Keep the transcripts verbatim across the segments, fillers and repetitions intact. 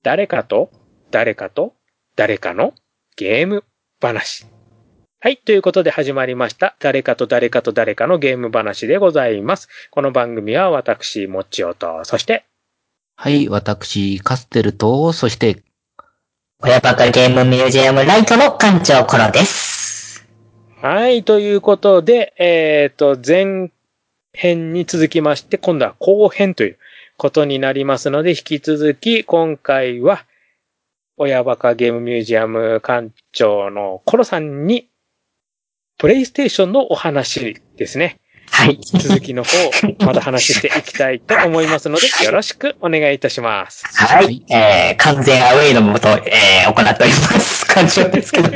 誰かと、誰かと、誰かのゲーム話。はい。ということで始まりました。誰かと誰かと誰かのゲーム話でございます。この番組は私、もちおと、そして、 はい。私、カステルと、そして、 親バカゲームミュージアムライトの館長コロです。 はい。ということで、えっと、前編に続きまして、今度は後編ということになりますので、引き続き、今回は、親バカゲームミュージアム館長のコロさんに、プレイステーションのお話ですね。 はい。 続きの方、また話していきたいと思いますので、よろしくお願いいたします。 はい。えー、完全アウェイのもと、えー、行っております。館長ですけど。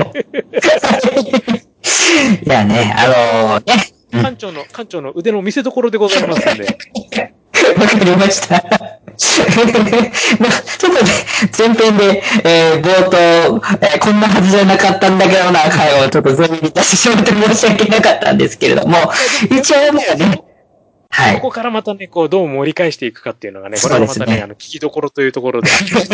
いやね、あのー、ね。 館長の、館長の腕の見せ所でございますんで。 わかりました。ちょっとね、前編で、えー、冒頭、えー、こんなはずじゃなかったんだけどな、会をちょっと全員に出してしまって申し訳なかったんですけれども、一応ね、はい。 ここからまたね、こう、どう盛り返していくかっていうのがね、これはまたね、ねあの、聞きどころというところで。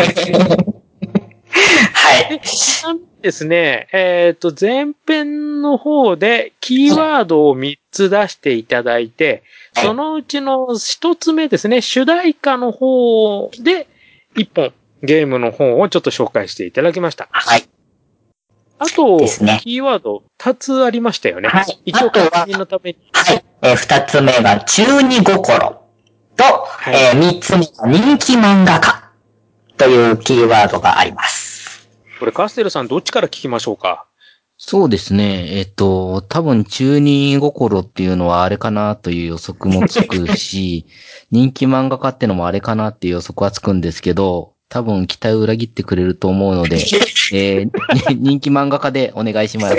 はい。 ちなみにですね、えっと、前編の方で、キーワードをみっつ出していただいて、そのうちのひとつめですね、主題歌の方で、いっぽん、ゲームの方をちょっと紹介していただきました。 はい。 あと、 ね、 キーワードふたつありましたよね。 はい。 一応確認のために。 はい。えー、ふたつめが中二心と、はい、えー、みっつめが人気漫画家というキーワードがあります。 これカステルさんどっちから聞きましょうか？ そうですね。えっと、多分中二心っていうのはあれかなという予測もつくし、人気漫画家ってのもあれかなっていう予測はつくんですけど、多分期待を裏切ってくれると思うので、えー、人気漫画家でお願いします。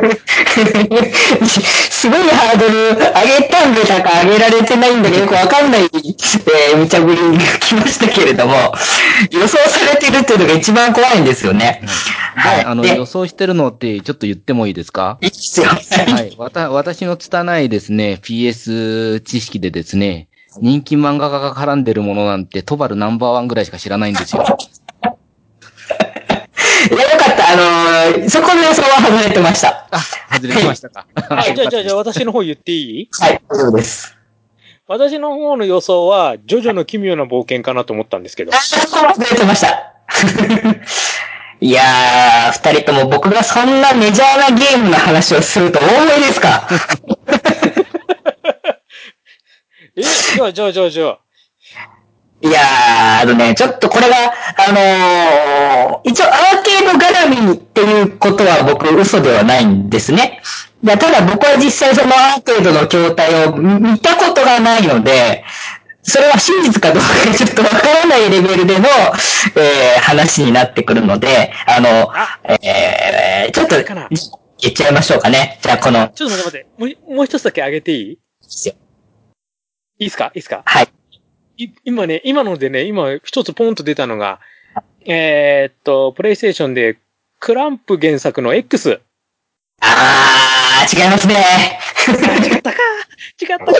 すごいハードル上げたんでたか上げられてないんだけどよくわかんない、えー、無茶ぶりが来ましたけれども、予想されてるっていうのが一番怖いんですよね。 はい。あの、予想してるのってちょっと言ってもいいですか？ いいですよ。 はい。わた、私の拙いですね、ピーエス 知識でですね、人気漫画家が絡んでるものなんて、トバルナンバーワンぐらいしか知らないんですよ。 いや、よかった。あのー、そこの予想は外れてました。 あ、外れてましたか。 はい、じゃあ、じゃあ、じゃあ、私の方言っていい？ はい、大丈夫です。 私の方の予想は、ジョジョの奇妙な冒険かなと思ったんですけど。 あ、そこは外れてました。いやー、二人とも僕がそんなメジャーなゲームの話をすると大声ですか？ え、じゃあ、じゃあ、じゃあ、じゃあ。 いやー、あのね、ちょっとこれが、あのー、一応アーケード絡みっていうことは僕嘘ではないんですね。いや、ただ僕は実際そのアーケードの筐体を見たことがないので、それは真実かどうかちょっとわからないレベルでの、えー、話になってくるので、あの、あえー、ちょっと言っちゃいましょうかね。じゃあこの。 ちょっと待って待って、もう、もう一つだけ上げていい？いいですか？いいですか？ はい。 い今ね、今のでね、今一つポンと出たのが、えー、っと、プレイステーションでクランプ原作の X。 あー、違いますね。 違ったか違ったか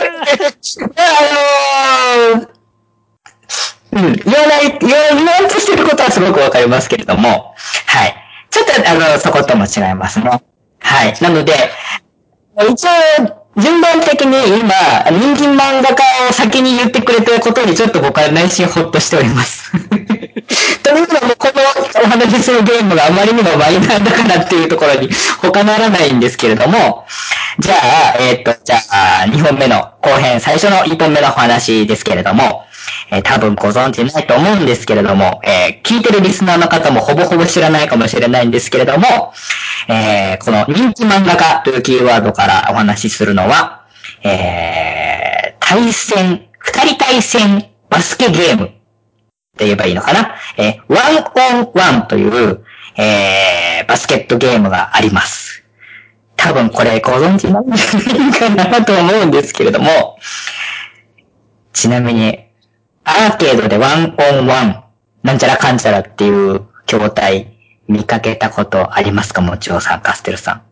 あのー、うん、言わない、言わないとしてることはすごくわかりますけれども、はい。ちょっと、あの、そことも違いますね。はい。なので、一応、順番的に今、人気漫画家を先に言ってくれてることにちょっと僕は内心ほっとしております。というのも、このお話しするゲームがあまりにもマイナーだからっていうところに他ならないんですけれども、じゃあ、えっと、じゃあ、にほんめの後編、最初のいっぽんめのお話ですけれども、えー、多分ご存知ないと思うんですけれども、えー、聞いてるリスナーの方もほぼほぼ知らないかもしれないんですけれども、えー、この人気漫画家というキーワードからお話しするのは、えー、対戦、二人対戦バスケゲームって言えばいいのかな、えー、ワンオンワンという、えー、バスケットゲームがあります。多分これご存知なんじゃないかなと思うんですけれども、ちなみに、アーケードでワンオンワン、なんちゃらかんちゃらっていう筐体見かけたことありますか？もちろんさん、カステルさん。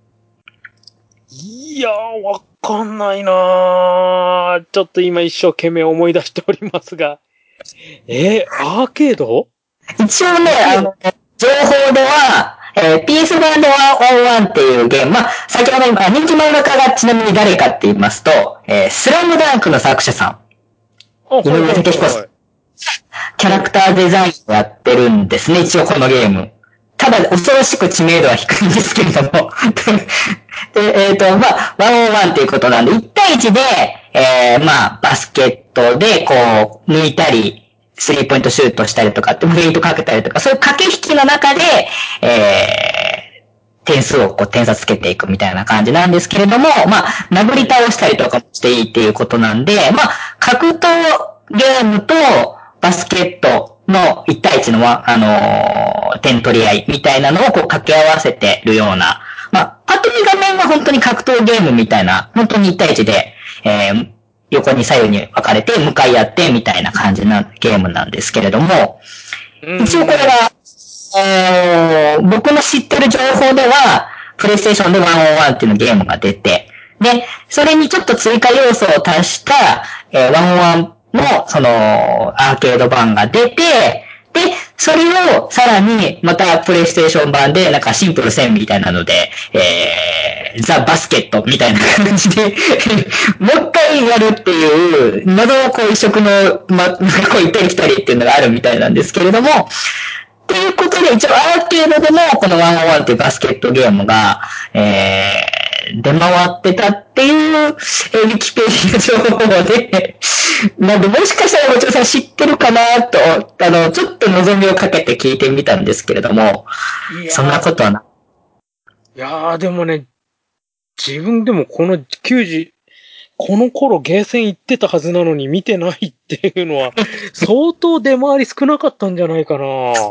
いやー、わかんないなー。ちょっと今一生懸命思い出しておりますが。えー、アーケード？ 一応ね、あの、情報では、えー、ピーエス 版ではワンワンっていうゲーム、まあ、先ほど今、人気漫画家がちなみに誰かって言いますと、えー、スラムダンクの作者さん。 あ、 井上武彦さん。キャラクターデザインをやってるんですね、一応このゲーム。ただ、恐ろしく知名度は低いんですけれども。で、えっ、ー、と、まあ、ワンオンワンっていうことなんで、いち対いちで、えー、まあ、バスケットで、こう、抜いたり、スリーポイントシュートしたりとか、フェイントかけたりとか、そういう駆け引きの中で、えー、点数をこう点差つけていくみたいな感じなんですけれども、まあ、殴り倒したりとかもしていいっていうことなんで、まあ、格闘ゲームとバスケットのいち対いちの、あのー、点取り合いみたいなのをこう掛け合わせてるような、まあ、パッと見画面は本当に格闘ゲームみたいな、本当にいち対いちで、えー、横に左右に分かれて向かい合ってみたいな感じなゲームなんですけれども、一応これは、えー、僕の知ってる情報では、プレイステーションでワンオンワンっていうのゲームが出て、で、それにちょっと追加要素を足した、えー、ワンオンワンの、その、アーケード版が出て、で、それをさらにまたプレイステーション版でなんかシンプルせんみたいなので、えー、ザ・バスケットみたいな感じでもう一回やるっていう謎のこう異色の、ま、こう行ったり来たりっていうのがあるみたいなんですけれども、ということで一応アーケードでもこのワンオンワンっていうバスケットゲームが、えー、出回ってたっていう、えー、ウィキペディア情報で、なんでもしかしたらもちろんさん知ってるかなと、あの、ちょっと望みをかけて聞いてみたんですけれども、そんなことはな。 いやーでもね、自分でもこのきゅうじゅう、この頃ゲーセン行ってたはずなのに見てないっていうのは、相当出回り少なかったんじゃないかな。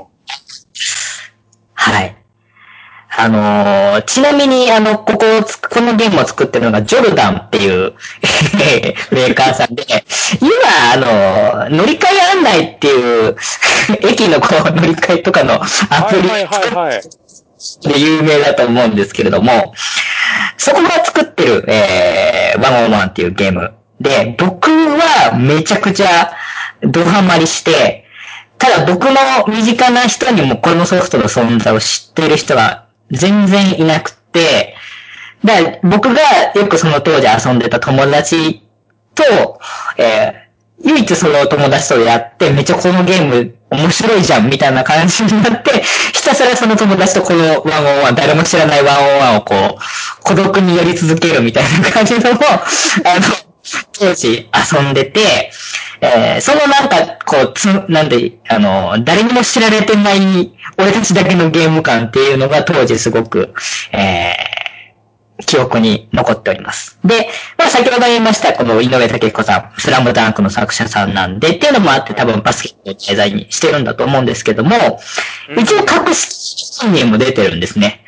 はい。あのー、ちなみに、あの、ここをつ、このゲームを作ってるのが、ジョルダンっていうメーカーさんで、今、あの、乗り換え案内っていう、駅のこう、乗り換えとかのアプリはいはいはい、はい。 で有名だと思うんですけれども、そこが作ってる、えー、ワンオンワンっていうゲームで、僕はめちゃくちゃドハマりして、ただ僕の身近な人にもこのソフトの存在を知っている人が全然いなくて、だから僕がよくその当時遊んでた友達と、えー、唯一その友達とやって、めっちゃこのゲーム面白いじゃんみたいな感じになって、ひたすらその友達とこのワンオンワン、誰も知らないワンオンワンをこう、孤独にやり続けるみたいな感じのを、あの、当時遊んでて、えー、そのなんか、こう、つ、なんで、あの、誰にも知られてない、俺たちだけのゲーム感っていうのが当時すごく、えー、記憶に残っております。で、まあ先ほど言いました、この井上武彦さん、スラムダンクの作者さんなんで、っていうのもあって多分バスケットをデザインにしてるんだと思うんですけども、一応隠し信念も出てるんですね。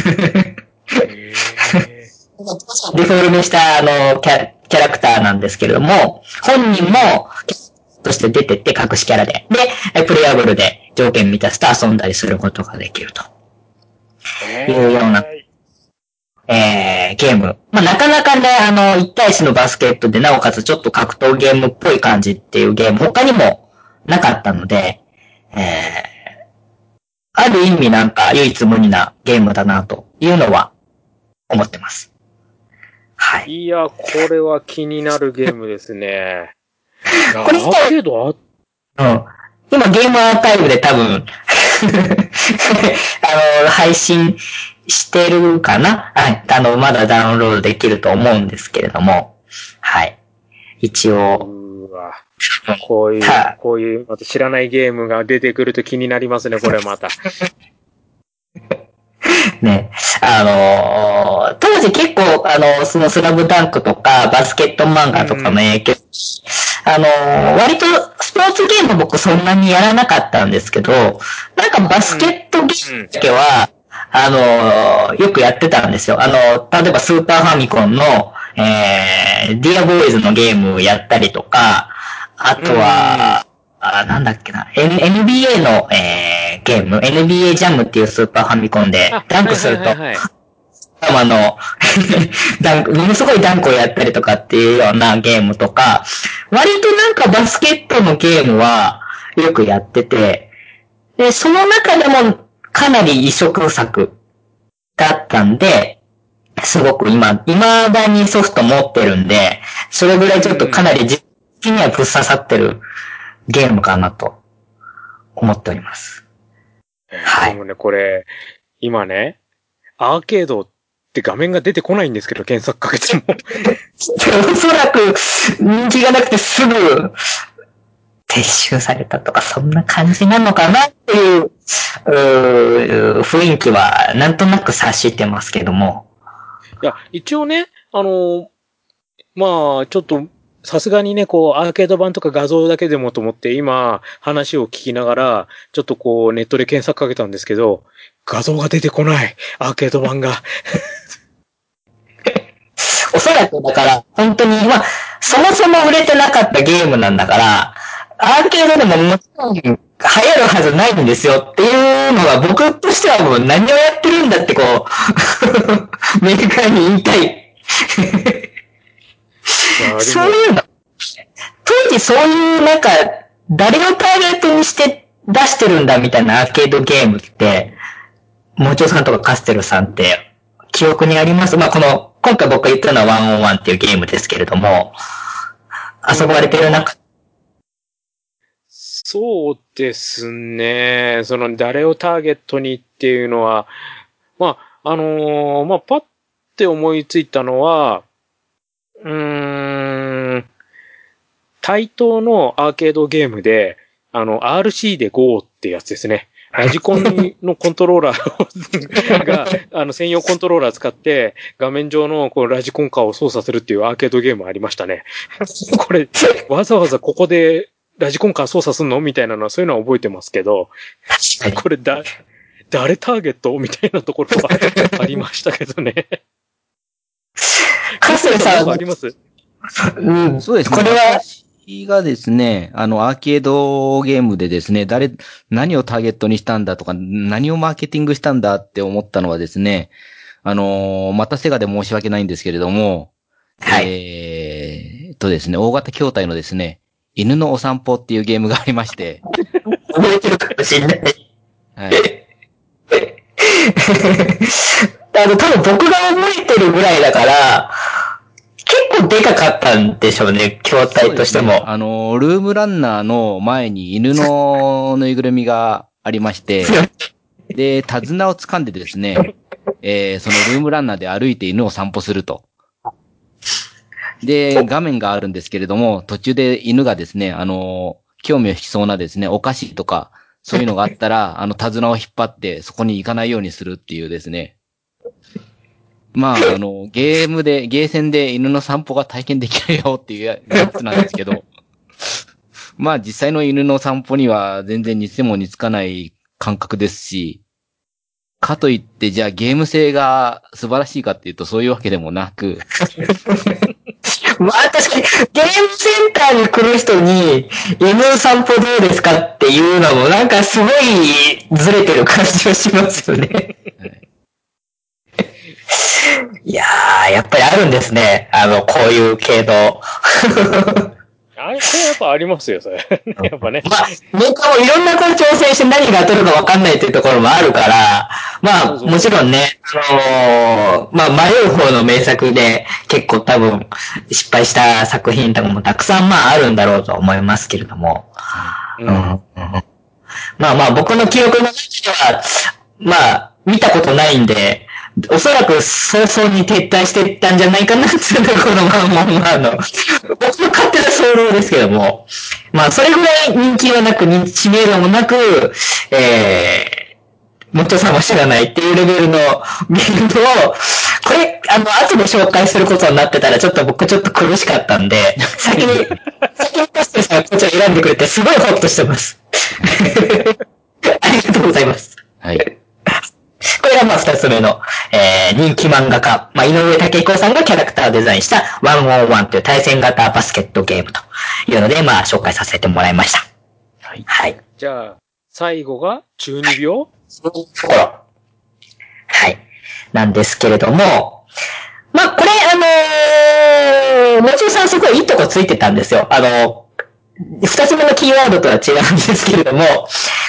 デフォルメしたあのキャ、キャラクターなんですけれども、本人もとして出てって隠しキャラで、で、プレイアブルで条件満たすと遊んだりすることができるというような、えー、ゲーム。まあ、なかなかね、あの、いち対いちのバスケットで、なおかつちょっと格闘ゲームっぽい感じっていうゲーム、他にもなかったので、えー、ある意味なんか唯一無二なゲームだなというのは思ってます。はい。 いや、これは気になるゲームですね。これアーケードあ、うん。今ゲームアーカイブで多分あの、配信してるかな、はい。あの、まだダウンロードできると思うんですけれども、はい。一応。 うわ。こういう、こういう、また知らないゲームが出てくると気になりますね、これまた。 ね、あのー、当時結構、あの、そのスラムダンクとか、バスケット漫画とかの影響、うん、あのー、割とスポーツゲーム僕そんなにやらなかったんですけど、なんかバスケットゲームだけは、あのー、よくやってたんですよ。あの、例えばスーパーファミコンの、えー、ディアボーイズのゲームをやったりとか、あとは、うんあ、なんだっけな、N、エヌビーエー の、えー、ゲーム、エヌビーエー ジャムっていうスーパーファミコンで、ダンクすると、はいはいはいはい、頭のダンク、ものすごいダンクをやったりとかっていうようなゲームとか、割となんかバスケットのゲームはよくやってて、 で、その中でもかなり異色作だったんで、すごく今、未だにソフト持ってるんで、それぐらいちょっとかなり自分的にはぶっ刺さってるゲームかなと思っております。 はい。でもね、これ、今ね、アーケードって画面が出てこないんですけど、検索かけても。 おそらく人気がなくてすぐ撤収されたとか、そんな感じなのかなっていう、うー雰囲気はなんとなく察してますけども。 いや、一応ね、あのー、まあ、ちょっと、さすがにね、こう、アーケード版とか画像だけでもと思って、今、話を聞きながら、ちょっとこう、ネットで検索かけたんですけど、画像が出てこない。アーケード版が。 おそらくだから、本当に、まあ、そもそも売れてなかったゲームなんだから、アーケードでももちろん流行るはずないんですよっていうのが僕としてはもう何をやってるんだってこう、メーカーに言いたい。そういうの、当時そういうなんか、誰をターゲットにして出してるんだみたいなアーケードゲームって、もちおさんとかカステルさんって記憶にあります？まあ、この、今回僕が言ったのはワンオンワンっていうゲームですけれども、遊ばれてる中、 そうですね。その、誰をターゲットにっていうのは、まあ、あのー、まあ、パッて思いついたのは、うーん、対等のアーケードゲームで、あの、アールシー で ゴー ってやつですね。ラジコンのコントローラーが、あの、専用コントローラー使って、画面上のこうラジコンカーを操作するっていうアーケードゲームありましたね。これ、わざわざここでラジコンカー操作すんのみたいなのは、そういうのは覚えてますけど、これだ、誰ターゲットみたいなところはありましたけどね。 カステルさん、 あります？ うん、そうですね。これは、私がですね、あの、アーケードゲームでですね、誰、何をターゲットにしたんだとか、何をマーケティングしたんだって思ったのはですね、あの、またセガで申し訳ないんですけれども、はい。えーとですね、大型筐体のですね、犬のお散歩っていうゲームがありまして。 覚えてるかもしれない。はい。あの、多分僕が覚えてるぐらいだから、結構でかかったんでしょうね、筐体としても。ね、 あの、ルームランナーの前に犬のぬいぐるみがありまして、で、手綱を掴んでですね、えー、そのルームランナーで歩いて犬を散歩すると。で、画面があるんですけれども、途中で犬がですね、あの、興味を引きそうなですね、お菓子とか、そういうのがあったら、あの、手綱を引っ張って、そこに行かないようにするっていうですね。まあ、あの、ゲームで、ゲーセンで犬の散歩が体験できるよっていうやつなんですけど、まあ実際の犬の散歩には全然似ても似つかない感覚ですし、かといってじゃあゲーム性が素晴らしいかっていうとそういうわけでもなく。 まあ確かにゲームセンターに来る人に犬の散歩どうですかっていうのもなんかすごいずれてる感じがしますよね。はいいやー、やっぱりあるんですね。あの、こういう系の。 あれ、これやっぱありますよ、それ。やっぱね。 まあ、僕もいろんなこと挑戦して何が当たるか分かんないっていうところもあるから、まあ、もちろんね、あのー、まあ、迷う方の名作で結構多分失敗した作品とかもたくさんまああるんだろうと思いますけれども。うんうん、まあまあ、僕の記憶の中では、まあ、見たことないんで、おそらく早々に撤退していったんじゃないかなっていうところの、まあまあまあ、あの、僕の勝手な想像ですけども、まあ、それぐらい人気はなく、知名度もなく、えー、元さんも知らないっていうレベルのゲームを、これ、あの、後で紹介することになってたら、ちょっと僕ちょっと苦しかったんで、先に、先にカステさんこちら選んでくれて、すごいホッとしてます。ありがとうございます。 はい。 これがまあ二つ目の、えー、人気漫画家、まあ、井上武彦さんがキャラクターをデザインしたワンオンワンという対戦型バスケットゲームというので、まあ紹介させてもらいました。 はい。はい。じゃあ、最後が中二病？ そういうところ。はい。なんですけれども、まあこれあのー、もちろんさんすごいいいとこついてたんですよ。あのー、二つ目のキーワードとは違うんですけれども、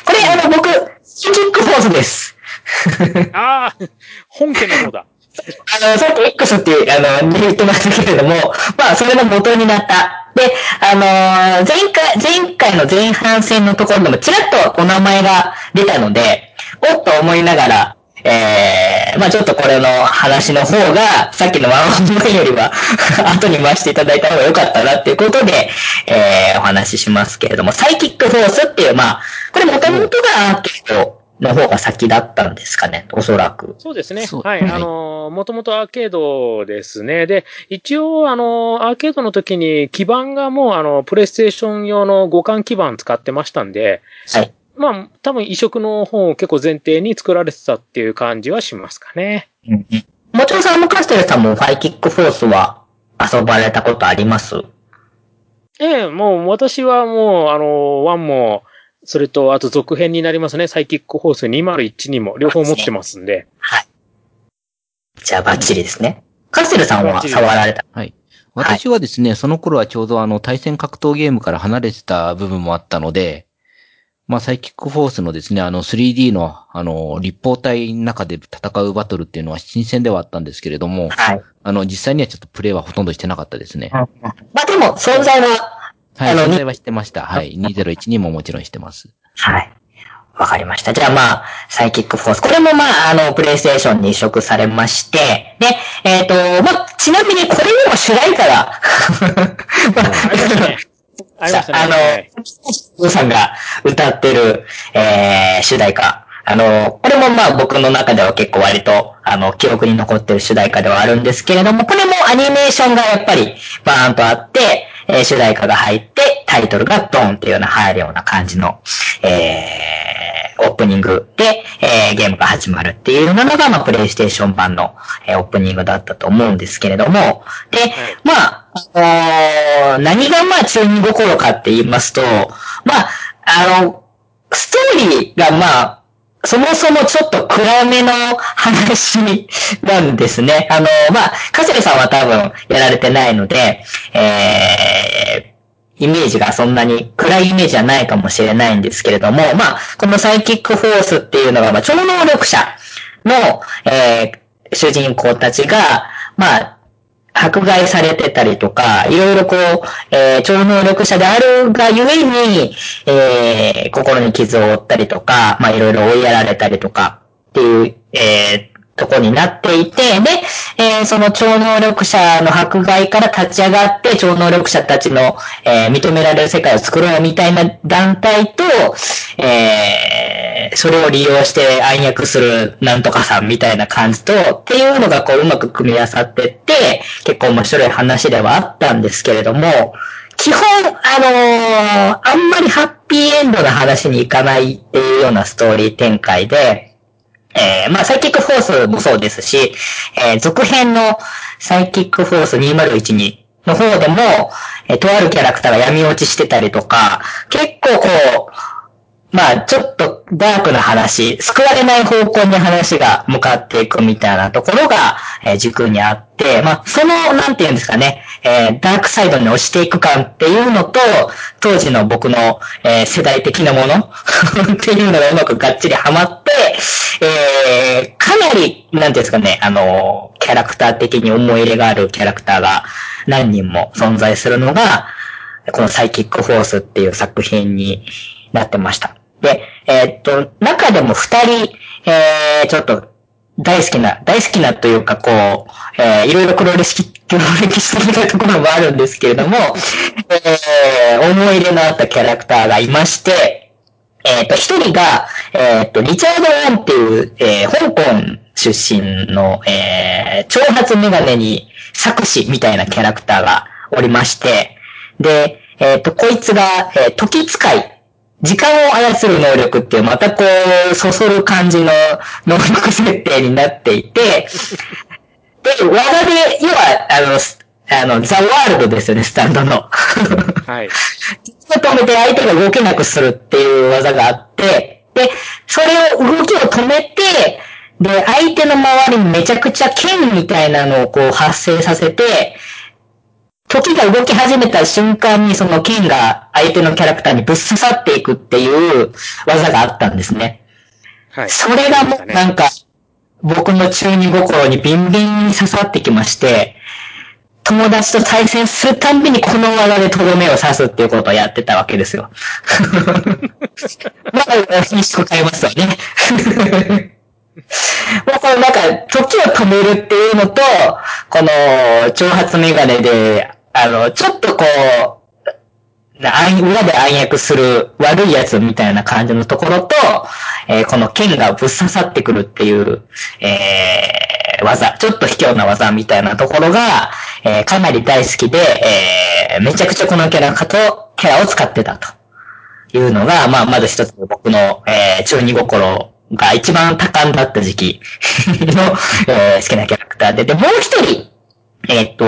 これ、あの、僕、サイキックフォースです。 ああ、本家の方だ。 あの、さっき X っていう、あの、言ってましたけれども、まあ、それの元になった。で、あのー、前回、前回の前半戦のところでもちらっとお名前が出たので、おっと思いながら、えー、まあちょっとこれの話の方が、さっきのワンオンワンよりは、後に回していただいた方が良かったなっていうことで、えー、お話ししますけれども、サイキックフォースっていう、まあ、これ元々がアーケードの方が先だったんですかね、おそらく。 そうですね。はい。あの、もともとアーケードですね。で、一応、あの、アーケードの時に基板がもう、あの、プレイステーション用の互換基板使ってましたんで、はい。まあ、多分移植の方を結構前提に作られてたっていう感じはしますかね。 うん。もちろんさんもカステルさんもファイキックフォースは遊ばれたことあります？ ええ、もう私はもう、あの、ワンも、それと、あと続編になりますね。サイキックフォースにまるいちにも両方持ってますんで。 はい。じゃあバッチリですね。カステルさんは触られた？ はい。私はですね、はい、その頃はちょうどあの対戦格闘ゲームから離れてた部分もあったので、まあサイキックフォースのですね、あの スリーディー のあの立方体の中で戦うバトルっていうのは新鮮ではあったんですけれども、はい。あの実際にはちょっとプレイはほとんどしてなかったですね。 まあでも存在は、 はい、存在は知ってました。はい。にせんじゅういちにももちろん知ってます。 はい。わかりました。じゃあまあ、サイキックフォース。これもまあ、あの、プレイステーションに移植されまして、で、えっ、ー、と、まあ、ちなみにこれにも主題歌が、 ありましたね。ありましたね。 あの、はい、さんが歌ってる、えー、主題歌。あの、これもまあ僕の中では結構割と、あの、記憶に残ってる主題歌ではあるんですけれども、これもアニメーションがやっぱりバーンとあって、えー、主題歌が入って、タイトルがドーンっていうような入るような感じの、えー、オープニングで、えー、ゲームが始まるっていうのが、まあ、プレイステーション版の、えー、オープニングだったと思うんですけれども、で、まあ、あのー、何がまあ中二心かって言いますと、まあ、あの、ストーリーがまあ、そもそもちょっと暗めの話なんですね。あの、まあ、カセルさんは多分やられてないので、えー、イメージがそんなに暗いイメージはないかもしれないんですけれども、まあ、このサイキックフォースっていうのが、まあ、超能力者の、えー、主人公たちが、まあ、迫害されてたりとか、いろいろこう、えー、超能力者であるがゆえに、えー、心に傷を負ったりとか、まあいろいろ追いやられたりとかっていう、えー、とこになっていて、で、えー、その超能力者の迫害から立ち上がって、超能力者たちの、えー、認められる世界を作ろうみたいな団体と、えー、それを利用して暗躍するなんとかさんみたいな感じと、っていうのがこううまく組み合わさってって、結構面白い話ではあったんですけれども、基本、あのー、あんまりハッピーエンドな話にいかないっていうようなストーリー展開で、えー、まあ、サイキックフォースもそうですし、えー、続編のサイキックフォースにせんじゅうにの方でも、えー、とあるキャラクターが闇落ちしてたりとか、結構こう、まあ、ちょっとダークな話、救われない方向に話が向かっていくみたいなところが、えー、軸にあって、まあ、その、なんていうんですかね、えー、ダークサイドに押していく感っていうのと、当時の僕の、えー、世代的なものっていうのがうまくがっちりハマって、えー、かなり、なんていうんですかね、あの、キャラクター的に思い入れがあるキャラクターが何人も存在するのが、このサイキックフォースっていう作品になってました。で、えー、っと、中でも二人、えー、ちょっと大好きな、大好きなというか、こう、えー、いろいろ黒歴史、黒歴史的なところもあるんですけれども、えー、思い入れのあったキャラクターがいまして、えっ、ー、と、一人が、えっ、ー、と、リチャード・オンっていう、えー、香港出身の、えー、長髪メガネに作詞みたいなキャラクターがおりまして、で、えっ、ー、と、こいつが、えー、時使い、時間を操る能力っていう、またこう、そそる感じの能力設定になっていて、で、技で、要は、あの、あの、ザ・ワールドですよね、スタンドの。はい。止めて相手が動けなくするっていう技があって、で、それを、動きを止めて、で、相手の周りにめちゃくちゃ剣みたいなのをこう発生させて、 時が動き始めた瞬間にその剣が相手のキャラクターにぶっ刺さっていくっていう技があったんですね。はい。それがもうなんか、僕の中二心にビンビンに刺さってきまして、友達と対戦するたんびにこの技でとどめを刺すっていうことをやってたわけですよ。まあ、品質を変えますよね。まあ、このなんか、時を止めるっていうのと、この、挑発メガネで、あの、ちょっとこう、裏で暗躍する悪いやつみたいな感じのところと、えー、この剣がぶっ刺さってくるっていう、えー、技、ちょっと卑怯な技みたいなところが、えー、かなり大好きで、えー、めちゃくちゃこのキャラと、キャラを使ってたというのが、まあ、まず一つ僕の、えー、中二心が一番多感だった時期の、えー、好きなキャラクターで、で、もう一人、えー、っと、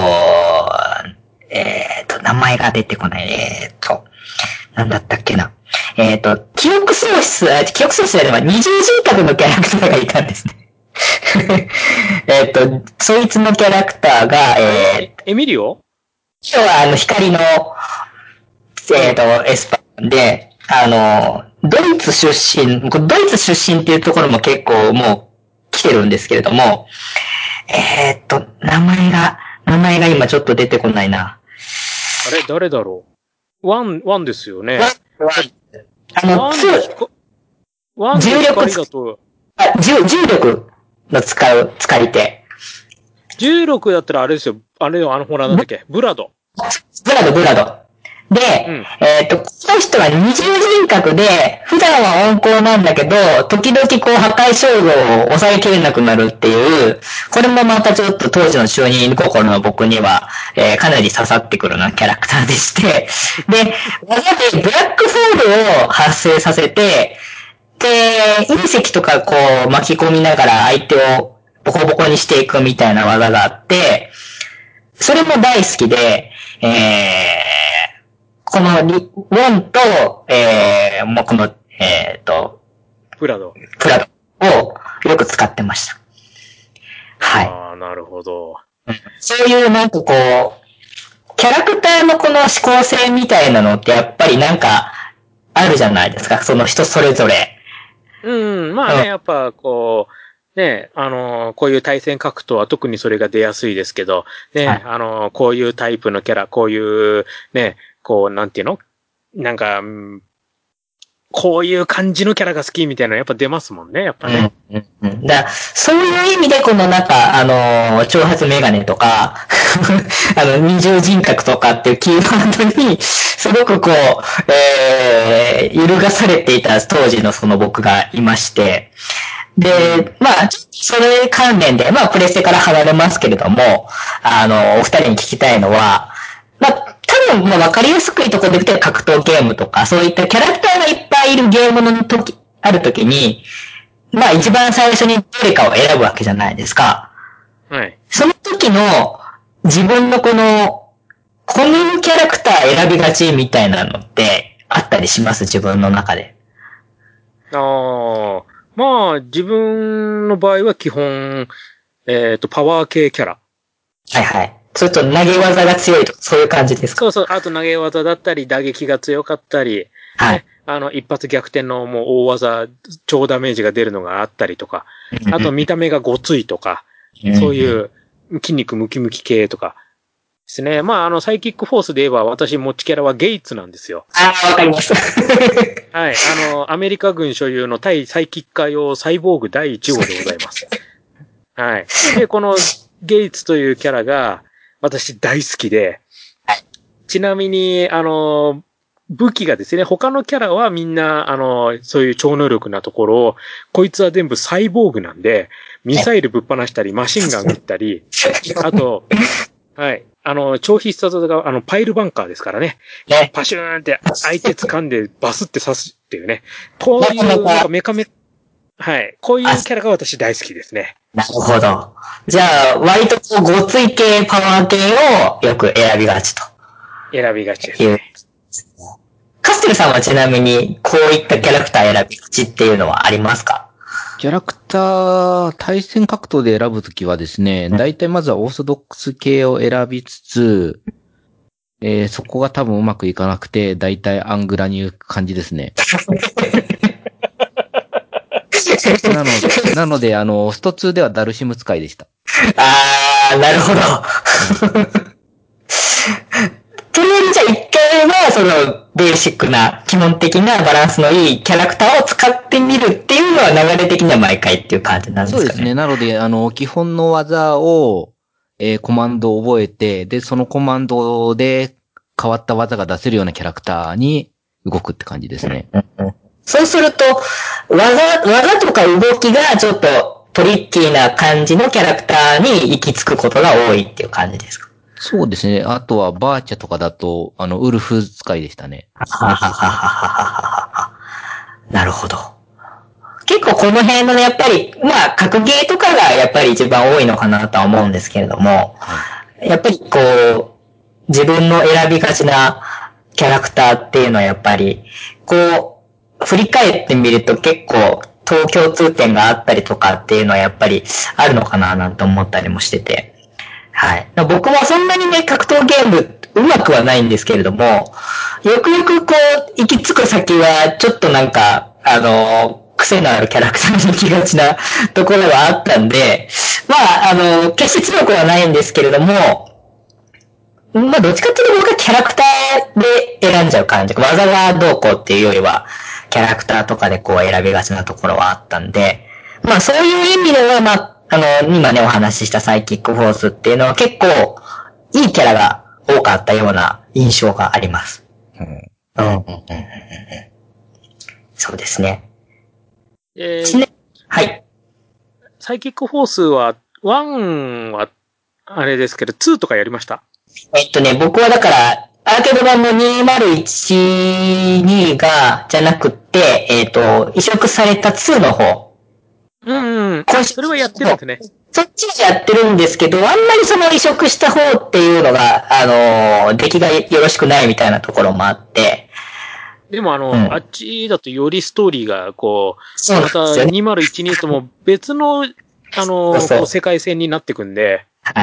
えっと、名前が出てこない。えっと、なんだったっけな。えっと、記憶喪失、記憶喪失では二重人格のキャラクターがいたんですね。えっと、そいつのキャラクターが、えー、エミリオ？ 今日はあの、光の、えっと、エスパーで、あの、ドイツ出身、ドイツ出身っていうところも結構もう来てるんですけれども、えっと、名前が、名前が今ちょっと出てこないな。 あれ誰だろうワン、ワンですよね。 ワン、あの、 ワンで光、ワンで光だと。 あ、重、重力の使う、使い手。 重力だったらあれですよ。あれよ、あのほらなんだっけブラド。 ブラド、ブラド。で、うん、えっと、この人は二重人格で、普段は温厚なんだけど、時々こう破壊衝動を抑えきれなくなるっていう、これもまたちょっと当時の中二心の僕には、えー、かなり刺さってくるようなキャラクターでして、で、技でブラックホールを発生させて、で、隕石とかこう巻き込みながら相手をボコボコにしていくみたいな技があって、それも大好きで、えー、このリ、ウォンと、えー、もうこの、えーと、 プラド。 プラドをよく使ってました。はい。 ああ、なるほど。 そういうなんかこう、キャラクターのこの思考性みたいなのってやっぱりなんか、あるじゃないですか。その人それぞれ。 うん、まあね、うん、やっぱこう、ね、あの、こういう対戦格闘は特にそれが出やすいですけど、ね、はい、あの、こういうタイプのキャラ、こういう、ね、こう、なんていうのなんか、こういう感じのキャラが好きみたいなのやっぱ出ますもんね、やっぱね。 うんうんうん、だそういう意味でこのなんか、あの、挑発メガネとか、あの、二重人格とかっていうキーワードに、すごくこう、えー、揺るがされていた当時のその僕がいまして、で、まあ、それ関連で、まあ、プレステから離れますけれども、あの、お二人に聞きたいのは、まあ、多分、まあ、わかりやすくいところで言うと格闘ゲームとか、そういったキャラクターがいっぱいいるゲームの時、ある時に、まあ、一番最初にどれかを選ぶわけじゃないですか。 はい。 その時の、自分のこの、このキャラクター選びがちみたいなのって、あったりします自分の中で。 ああ。まあ、自分の場合は基本、えっと、パワー系キャラ。 はいはい。ちょっと投げ技が強いとか、そういう感じですか？ そうそう。あと投げ技だったり、打撃が強かったり、 はい。 ね、あの、一発逆転のもう大技、超ダメージが出るのがあったりとか、あと見た目がごついとか、そういう筋肉ムキムキ系とかですね。まあ、あの、サイキックフォースで言えば私持ちキャラはゲイツなんですよ。 ああ、わかります。 はい。あの、アメリカ軍所有の対サイキッカー用サイボーグだいいち号でございます。はい。で、このゲイツというキャラが私大好きで、ちなみに、あの、武器がですね、他のキャラはみんな、あの、そういう超能力なところを、こいつは全部サイボーグなんで、ミサイルぶっ放したり、マシンガン撃ったり、あと、はい。あの、超必殺技が、あの、パイルバンカーですからね。パシューンって相手掴んでバスって刺すっていうね。こういう、なんかメカメ、はい。こういうキャラが私大好きですね。 なるほど。じゃあ、割とこう、ごつい系、パワー系をよく選びがちと。 選びがちですね。 カステルさんはちなみに、こういったキャラクター選びがちっていうのはありますか？ 基キャラクター、対戦格闘で選ぶときはですね、だいたいまずはオーソドックス系を選びつつ、えー、そこが多分うまくいかなくて、だいたいアングラに行く感じですね。なので、なので、あの、ストツーではダルシム使いでした。 あー、なるほど。とりあえずじゃあ一回は、その、ベーシックな、基本的なバランスのいいキャラクターを使ってみるっていうのは流れ的には毎回っていう感じなんですかね。 そうですね。なので、あの、基本の技を、えー、コマンドを覚えて、で、そのコマンドで変わった技が出せるようなキャラクターに動くって感じですね。 そうすると、技、技とか動きがちょっとトリッキーな感じのキャラクターに行き着くことが多いっていう感じですか？ そうですね。あとはバーチャとかだと、あの、ウルフ使いでしたね。 はははははは。なるほど。結構この辺のね、やっぱり、まあ、格ゲーとかがやっぱり一番多いのかなとは思うんですけれども、はい、やっぱりこう、自分の選びがちなキャラクターっていうのはやっぱり、こう、振り返ってみると結構、共通点があったりとかっていうのはやっぱりあるのかななんて思ったりもしてて、はい。僕もそんなにね、格闘ゲームうまくはないんですけれども、よくよくこう、行き着く先は、ちょっとなんか、あの、癖のあるキャラクターに行きがちなところはあったんで、まあ、あの、決して強くはないんですけれども、まあ、どっちかっていうと僕はキャラクターで選んじゃう感じ。技がどうこうっていうよりは、キャラクターとかでこう選びがちなところはあったんで、まあ、そういう意味では、まあ、あの、今ね、お話ししたサイキックフォースっていうのは結構、いいキャラが多かったような印象があります。うん。うん。うん。そうですね。 えー、 はい。 サイキックフォースは、ワンは、あれですけど、ツーとかやりました？ えっとね、僕はだから、アーケード版のにまるいちにが、じゃなくって、えっと、移植されたツーの方。 うんうん。それはやってるんですね。 そっちやってるんですけど、あんまりその移植した方っていうのが、あの、出来がよろしくないみたいなところもあって。 でもあの、うん、あっちだとよりストーリーが、こう、 そうまたにまるいちにとも別の、あの、そうそう世界線になってくんで。 はい。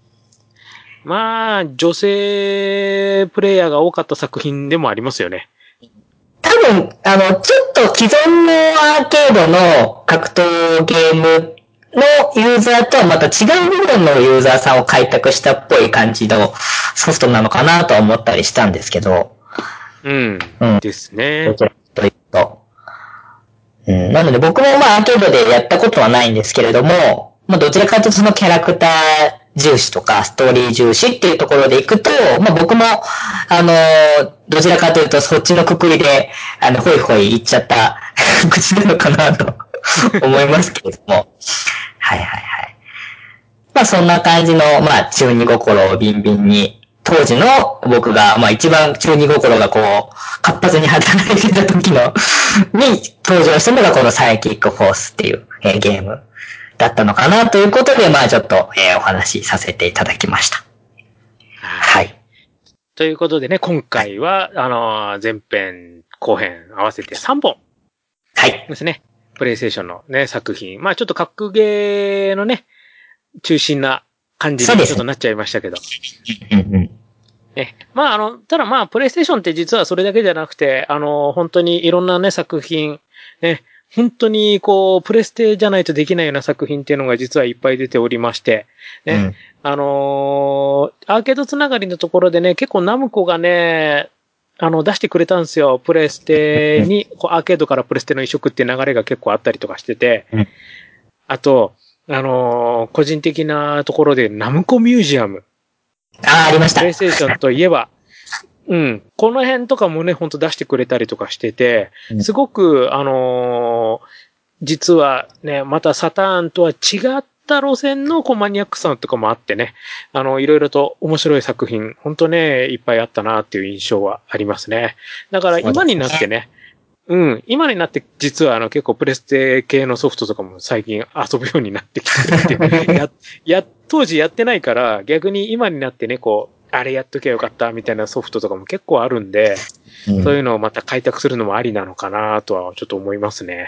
まあ、女性プレイヤーが多かった作品でもありますよね。 多分、あの、ちょっと既存のアーケードの格闘ゲームのユーザーとはまた違う部分のユーザーさんを開拓したっぽい感じのソフトなのかなと思ったりしたんですけど。 うん。うん。ですね。 というと。うん。なので僕もまあアーケードでやったことはないんですけれども、まあどちらかというとそのキャラクター重視とかストーリー重視っていうところでいくと、まあ僕も、あの、どちらかというとそっちのくくりで、あの、ほいほい言っちゃった口なのかなと思いますけれども。はいはいはい。まあそんな感じの、まあ中二心をビンビンに、当時の僕が、まあ一番中二心がこう、活発に働いてた時の、に登場したのがこのサイキックフォースっていう、えー、ゲームだったのかなということで、まあちょっと、えー、お話しさせていただきました。はい。 ということでね、今回は、あのー、前編、後編合わせてさんぼん。 はい。 ですね。プレイステーションのね、作品。まあちょっと格ゲーのね、中心な感じにちょっとなっちゃいましたけど。ね、まああの、ただまあプレイステーションって実はそれだけじゃなくて、あの、本当にいろんなね、作品、ね、本当にこう、プレステじゃないとできないような作品っていうのが実はいっぱい出ておりまして、ね、うん、あのー、アーケードつながりのところでね、結構ナムコがね、あの、出してくれたんですよ。プレステに、こうアーケードからプレステの移植っていう流れが結構あったりとかしてて、うん、あと、あのー、個人的なところでナムコミュージアム。 ああ、ありました。 プレイステーションといえば、うん。この辺とかもね、ほんと出してくれたりとかしてて、すごく、あのー、実はね、またサターンとは違った路線のこうマニアックさとかもあってね、あの、いろいろと面白い作品、ほんとね、いっぱいあったなっていう印象はありますね。だから今になってね、うん。今になって実はあの結構プレステ系のソフトとかも最近遊ぶようになってきてるっていう。や、や、当時やってないから逆に今になってね、こう、あれやっときゃよかったみたいなソフトとかも結構あるんで、うん、そういうのをまた開拓するのもありなのかなとはちょっと思いますね。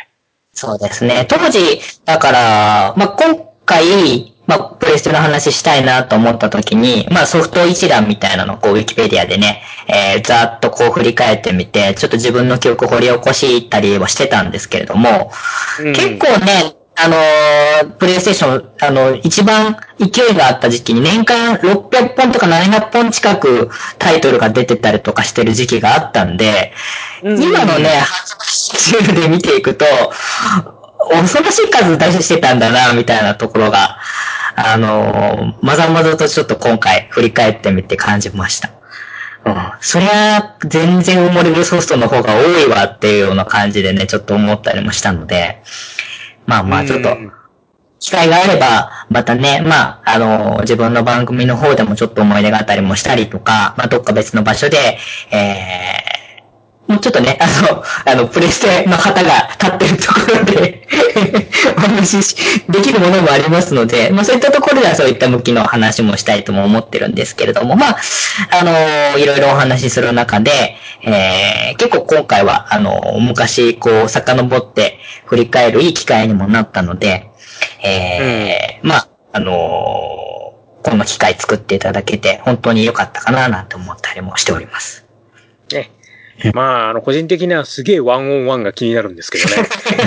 そうですね。当時、だから、まあ、今回、まあ、プレステの話したいなと思った時に、まあ、ソフト一覧みたいなのをこう、ウィキペディアでね、えー、ざーっとこう振り返ってみて、ちょっと自分の記憶を掘り起こしたりはしてたんですけれども、うん、結構ね、あのー、プレイステーション、あの、一番勢いがあった時期に年間ろっぴゃっぽんとかななひゃっぽん近くタイトルが出てたりとかしてる時期があったんで、うん、今のね、発売中で見ていくと、恐ろしい数出してたんだな、みたいなところが、あのー、まざまざとちょっと今回振り返ってみて感じました。うん。そりゃ、全然埋もれるソフトの方が多いわっていうような感じでね、ちょっと思ったりもしたので、まあまあちょっと、機会があれば、またね、まあ、あのー、自分の番組の方でもちょっと思い出があったりもしたりとか、まあどっか別の場所で、えー、もうちょっとね、あの、あの、プレステの旗が立ってるところでお話しできるものもありますので、まあそういったところではそういった向きの話もしたいとも思ってるんですけれども、まあ、あの、いろいろお話しする中で、えー、結構今回は、あの、昔、こう、遡って振り返るいい機会にもなったので、えー、うん、まあ、あの、この機会作っていただけて、本当に良かったかななんて思ったりもしております。 ね。まあ、あの、個人的にはすげえワンオンワンが気になるんですけどね。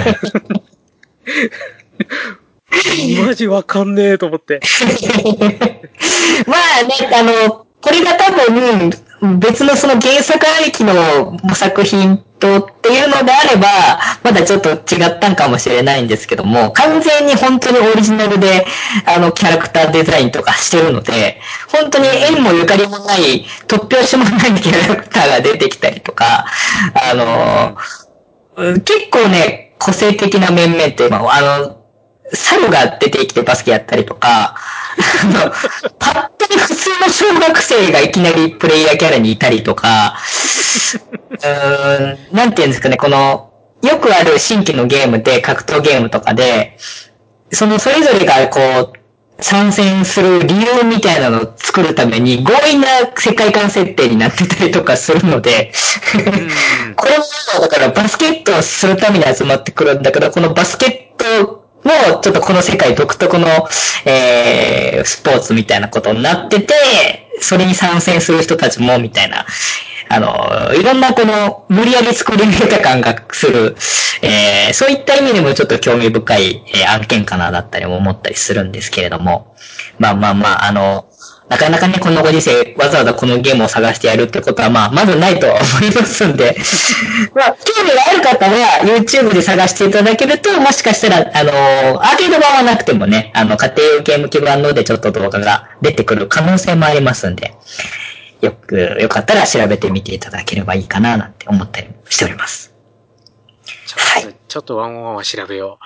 マジわかんねえと思って。 まあね、あの、これが多分、別のその原作ありきの作品とっていうのであれば、まだちょっと違ったんかもしれないんですけども、完全に本当にオリジナルで、あの、キャラクターデザインとかしてるので、本当に縁もゆかりもない、突拍子もないキャラクターが出てきたりとか、あの、結構ね、個性的な面々って、まあ、あの、猿が出てきてバスケやったりとか、あの、パッとに普通の小学生がいきなりプレイヤーキャラにいたりとか、うーん、なんていうんですかね、この、よくある新規のゲームで、格闘ゲームとかで、そのそれぞれがこう、参戦する理由みたいなのを作るために強引な世界観設定になってたりとかするのでこれもだからバスケットをするために集まってくるんだけど、このバスケットもちょっとこの世界独特の、えー、スポーツみたいなことになってて、それに参戦する人たちもみたいな、あの、いろんなこの無理やり作り上げた感がする、えー、そういった意味でもちょっと興味深い、えー、案件かなだったりも思ったりするんですけれども、まあまあまあ、あの、なかなかね、このご時世、わざわざこのゲームを探してやるってことは、まあ、まずないと思いますんで、まあ、興味がある方は、YouTube で探していただけると、もしかしたら、あの、アーケード版はなくてもね、あの、家庭用ゲーム機版のでちょっと動画が出てくる可能性もありますんで、よく、よかったら調べてみていただければいいかな、なんて思ったりしております。 ちょっと、はい、ちょっとワンオンワンは調べよ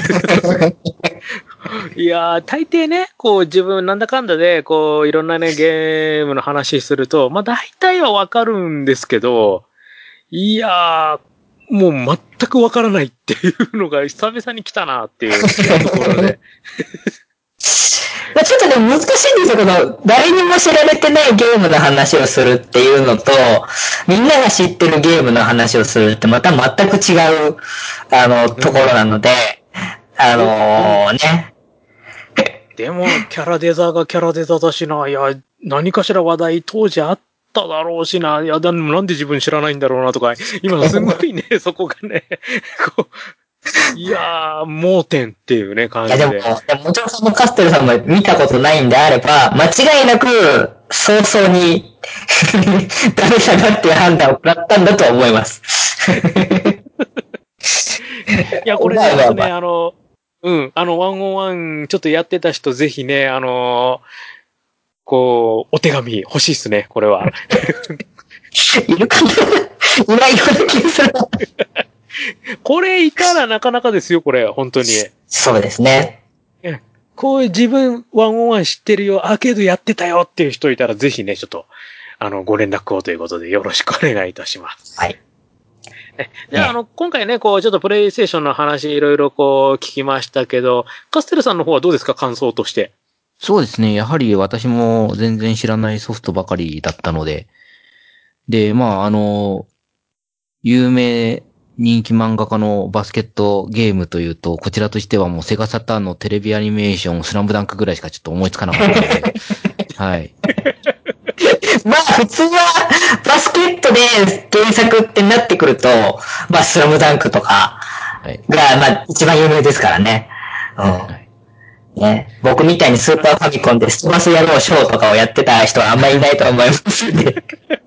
う。いやー、大抵ね、こう自分なんだかんだで、こういろんなね、ゲームの話すると、まあ大体はわかるんですけど、いやー、もう全くわからないっていうのが久々に来たなっていうところで。 ちょっとね、難しいんですよ。この、誰にも知られてないゲームの話をするっていうのと、みんなが知ってるゲームの話をするってまた全く違う、あの、ところなので、あのー、ね。 でも、キャラデザがキャラデザだしな、いや、何かしら話題当時あっただろうしな、いや、でもなんで自分知らないんだろうなとか、今すごいね、そこがね、こう、いやー、盲点っていうね、感じで。 いやでも、でももちろんそのカステルさんも見たことないんであれば、間違いなく、早々に、ダメだなっていう判断を食らったんだと思います。 いや、これね、まあまあまあ、ね、あの、うん、あの、ワンオンワンちょっとやってた人、ぜひね、あの、こう、お手紙欲しいっすね、これは。 いるかないないような気がする。 これいたらなかなかですよ、これ、本当に。 そうですね。 こういう自分、ワンオンワン知ってるよ、アーケードやってたよっていう人いたら、ぜひね、ちょっと、あの、ご連絡をということで、よろしくお願いいたします。 はい。 で、あの、今回ね、こう、ちょっとプレイステーションの話、いろいろこう、聞きましたけど、カステルさんの方はどうですか、感想として。 そうですね。やはり私も全然知らないソフトばかりだったので。で、まあ、あの、有名人気漫画家のバスケットゲームというと、こちらとしてはもうセガサターンのテレビアニメーション、スラムダンクぐらいしかちょっと思いつかなかったので、はい。 まあ普通はバスケットで原作ってなってくると、まあスラムダンクとかが、まあ一番有名ですからね。うん。はい、ね、僕みたいにスーパーファミコンでストバス野郎ショーとかをやってた人はあんまりいないと思いますんで。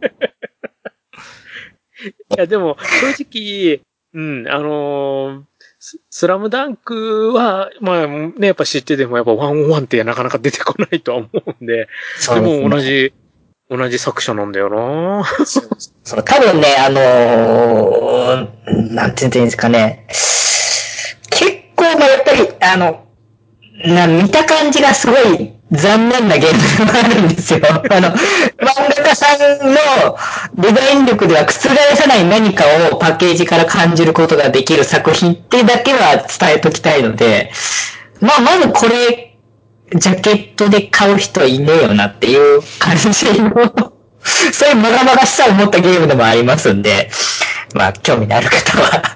いや、でも、正直、うん、あのー、ス, スラムダンクは、まあね、やっぱ知ってても、やっぱワンオンワンってなかなか出てこないとは思うんで、でも同じ、同じ作者なんだよなそうそう、多分ね、あのー、なんて言うんですかね、結構、まあやっぱり、あの、な、見た感じがすごい残念なゲームがあるんですよ。あの、漫画家さんのデザイン力では覆さない何かをパッケージから感じることができる作品ってだけは伝えときたいので、まあ、まずこれ、ジャケットで買う人いねえよなっていう感じの、そういうまがまがしさを持ったゲームでもありますんで、まあ、興味のある方は、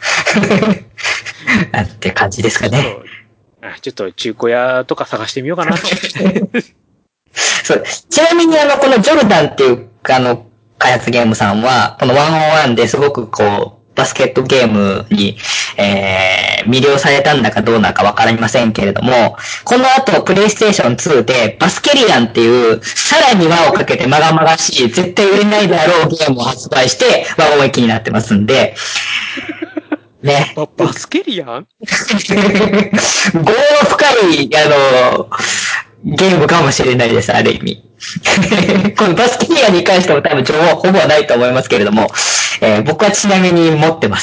なんて感じですかね。 ちょっと中古屋とか探してみようかな。 そう。ちなみにあの、このジョルダンっていう、あの、開発ゲームさんは、このワンオンワンですごくこう、バスケットゲームに、えー、魅了されたんだかどうなかわかりませんけれども、この後、プレイステーションツーで、バスケリアンっていう、さらに輪をかけてまがまがしい、絶対売れないであろうゲームを発売して、輪思い気になってますんで、ね。 バ, バスケリアン業の深い、あの、ゲームかもしれないです、ある意味。このバスケリアンに関しても多分情報ほぼないと思いますけれども、えー、僕はちなみに持ってます。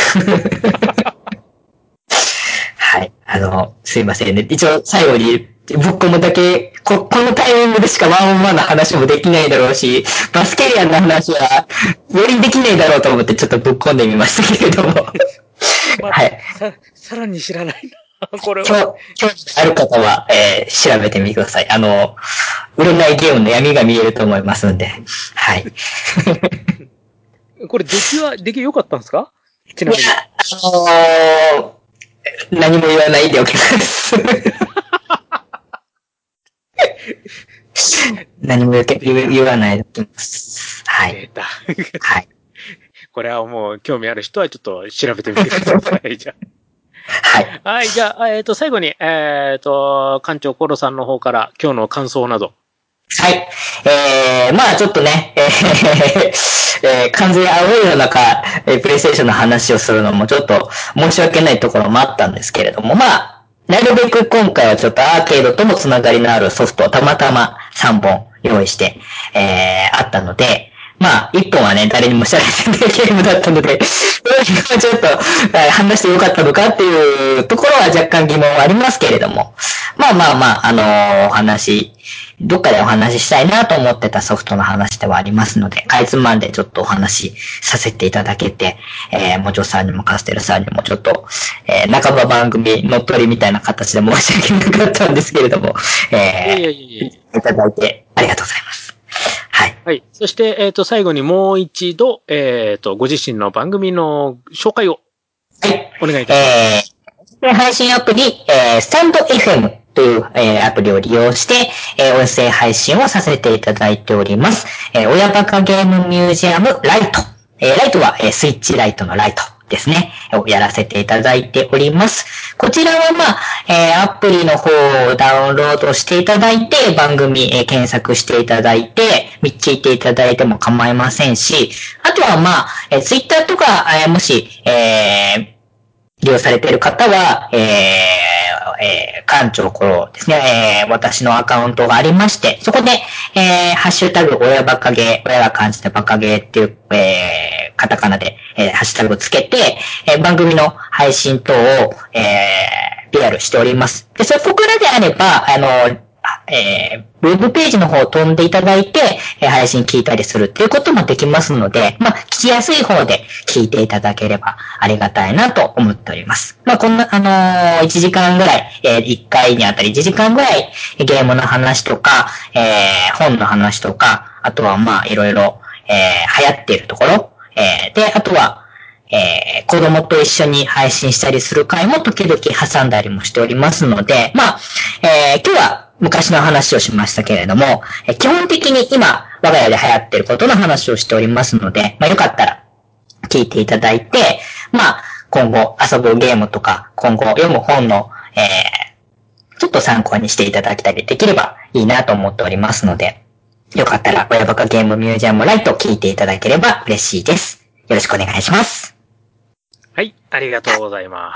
はい。あの、すいませんね。一応最後に、僕もだけこ、このタイミングでしかワンオンワンの話もできないだろうし、バスケリアンの話は、よりできないだろうと思ってちょっとぶっ込んでみましたけれども。 まあ、はい。さ、さらに知らないな。これは。 興味ある方は、えー、調べてみてください。あの、売れないゲームの闇が見えると思いますんで。はい。 これ、出来は、出来良かったんですか？ちなみに。いや、 あのー、何も言わないでおきます。何も言言わないでおきます。はい。 出た。 はい。 これはもう興味ある人はちょっと調べてみてください。じゃあ。はい。 はい。じゃあ、えっ、ー、と、最後に、えっ、ー、と、館長コロさんの方から今日の感想など。 はい。えー、まあちょっとね、えーえー、完全に青いの中、えー、プレイステーションの話をするのもちょっと申し訳ないところもあったんですけれども、まあ、なるべく今回はちょっとアーケードともつながりのあるソフトをたまたまさんぼん用意して、えー、あったので、まあ、一本はね、誰にも知られてないゲームだったので、それがちょっと、話してよかったのかっていうところは若干疑問はありますけれども、まあまあまあ、あのー、お話、どっかでお話ししたいなと思ってたソフトの話ではありますので、かいつまんでちょっとお話しさせていただけて、えー、もちょさんにもカステルさんにもちょっと、えー、半ば番組乗っ取りみたいな形で申し訳なかったんですけれども、えー、い, い, い, いただいてありがとうございます。はい。 はい。そして、えっ、ー、と、最後にもう一度、えっ、ー、と、ご自身の番組の紹介を。 はい。 お願いいたします。 えー、配信アプリ、えー、スタンド エフエム という、えー、アプリを利用して、えー、音声配信をさせていただいております。えー、親バカゲームミュージアムライト。えー、ライトは、えー、スイッチライトのライトですね。をやらせていただいております。こちらはまあ、えー、アプリの方をダウンロードしていただいて、番組、えー、検索していただいて、見つけていただいても構いませんし、あとはまあ、えー、ツイッターとか、えー、もし、えー、利用されている方は、えー、えー、館長コロですね、えー、私のアカウントがありまして、そこで、えー、ハッシュタグ、親バカゲー、親が感じたバカゲーっていう、えー、カタカナで、えー、ハッシュタグをつけて、えー、番組の配信等を、えー、ピーアール しております。で、そこからであれば、あの、えー、ウェブページの方を飛んでいただいて、えー、配信聞いたりするっていうこともできますので、まあ、聞きやすい方で聞いていただければありがたいなと思っております。まあ、こんな、あのー、いちじかんぐらい、えー、いっかいにあたりいちじかんぐらいゲームの話とか、えー、本の話とか、あとはまあ、いろいろ、えー、流行っているところ、えー、で、あとは、 えー、子供と一緒に配信したりする回も時々挟んだりもしておりますので、まあ、えー、今日は昔の話をしましたけれども、えー、基本的に今、我が家で流行っていることの話をしておりますので、まあよかったら聞いていただいて、まあ、今後遊ぶゲームとか、今後読む本の、えー、ちょっと参考にしていただけたりできればいいなと思っておりますので、よかったら親バカゲームミュージアムライト聞いていただければ嬉しいです。よろしくお願いします。 はい、ありがとうございます。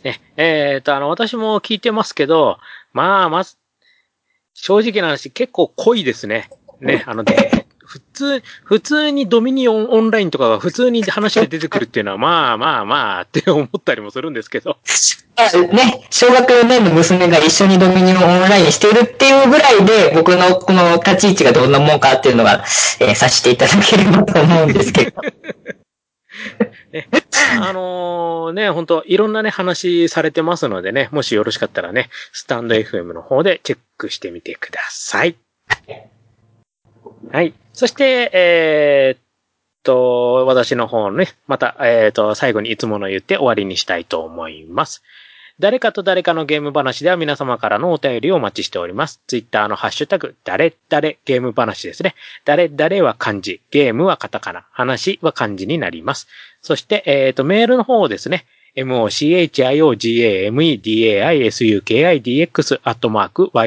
ね、えっと、あの、私も聞いてますけど、まあ、まず、正直な話、結構濃いですね。ね、あの、普通、普通にドミニオンオンラインとかが普通に話で出てくるっていうのは、まあまあまあって思ったりもするんですけど。 ね、小学よねんの娘が一緒にドミニオンオンラインしているっていうぐらいで、僕のこの立ち位置がどんなもんかっていうのが、えー、察していただければと思うんですけど。 ね、あのー、ね、本当いろんなね、話されてますのでね、もしよろしかったらね、スタンド エフエム の方でチェックしてみてください。はい。そして、えー、っと、私の方ね、また、えー、っと、最後にいつもの言って終わりにしたいと思います。誰かと誰かのゲーム話では皆様からのお便りをお待ちしております。ツイッターのハッシュタグ、誰誰ゲーム話ですね。誰誰は漢字、ゲームはカタカナ、話は漢字になります。そして、えっと、メールの方ですね。mochiogame-daisukidx アットマーク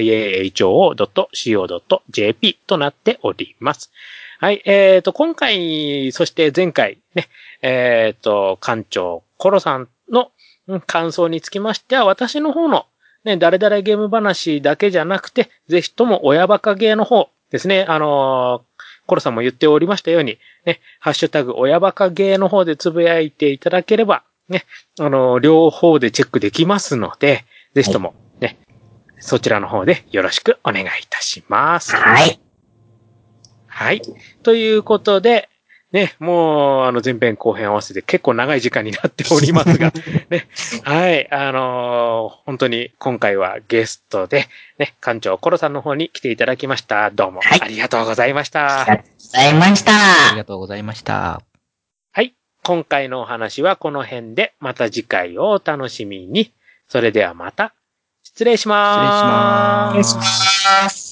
yahoo.co.jp となっております。はい、えっと、今回、そして前回ね、えっと、館長コロさんの感想につきましては、私の方のね、誰々ゲーム話だけじゃなくて、ぜひとも親バカゲーの方ですね、あのー、コロさんも言っておりましたように、ね、ハッシュタグ親バカゲーの方でつぶやいていただければ、ね、あのー、両方でチェックできますので、ぜひともね、はい、そちらの方でよろしくお願いいたします。 はい。 はい。ということで、ね、もう、あの、前編後編合わせて結構長い時間になっておりますが、ね、はい、あのー、本当に今回はゲストで、ね、館長コロさんの方に来ていただきました。どうも、ありがとうございました。 ありがとうございました。 ありがとうございました。 はい、今回のお話はこの辺で、また次回をお楽しみに。それではまた、失礼します。 失礼します。 失礼します。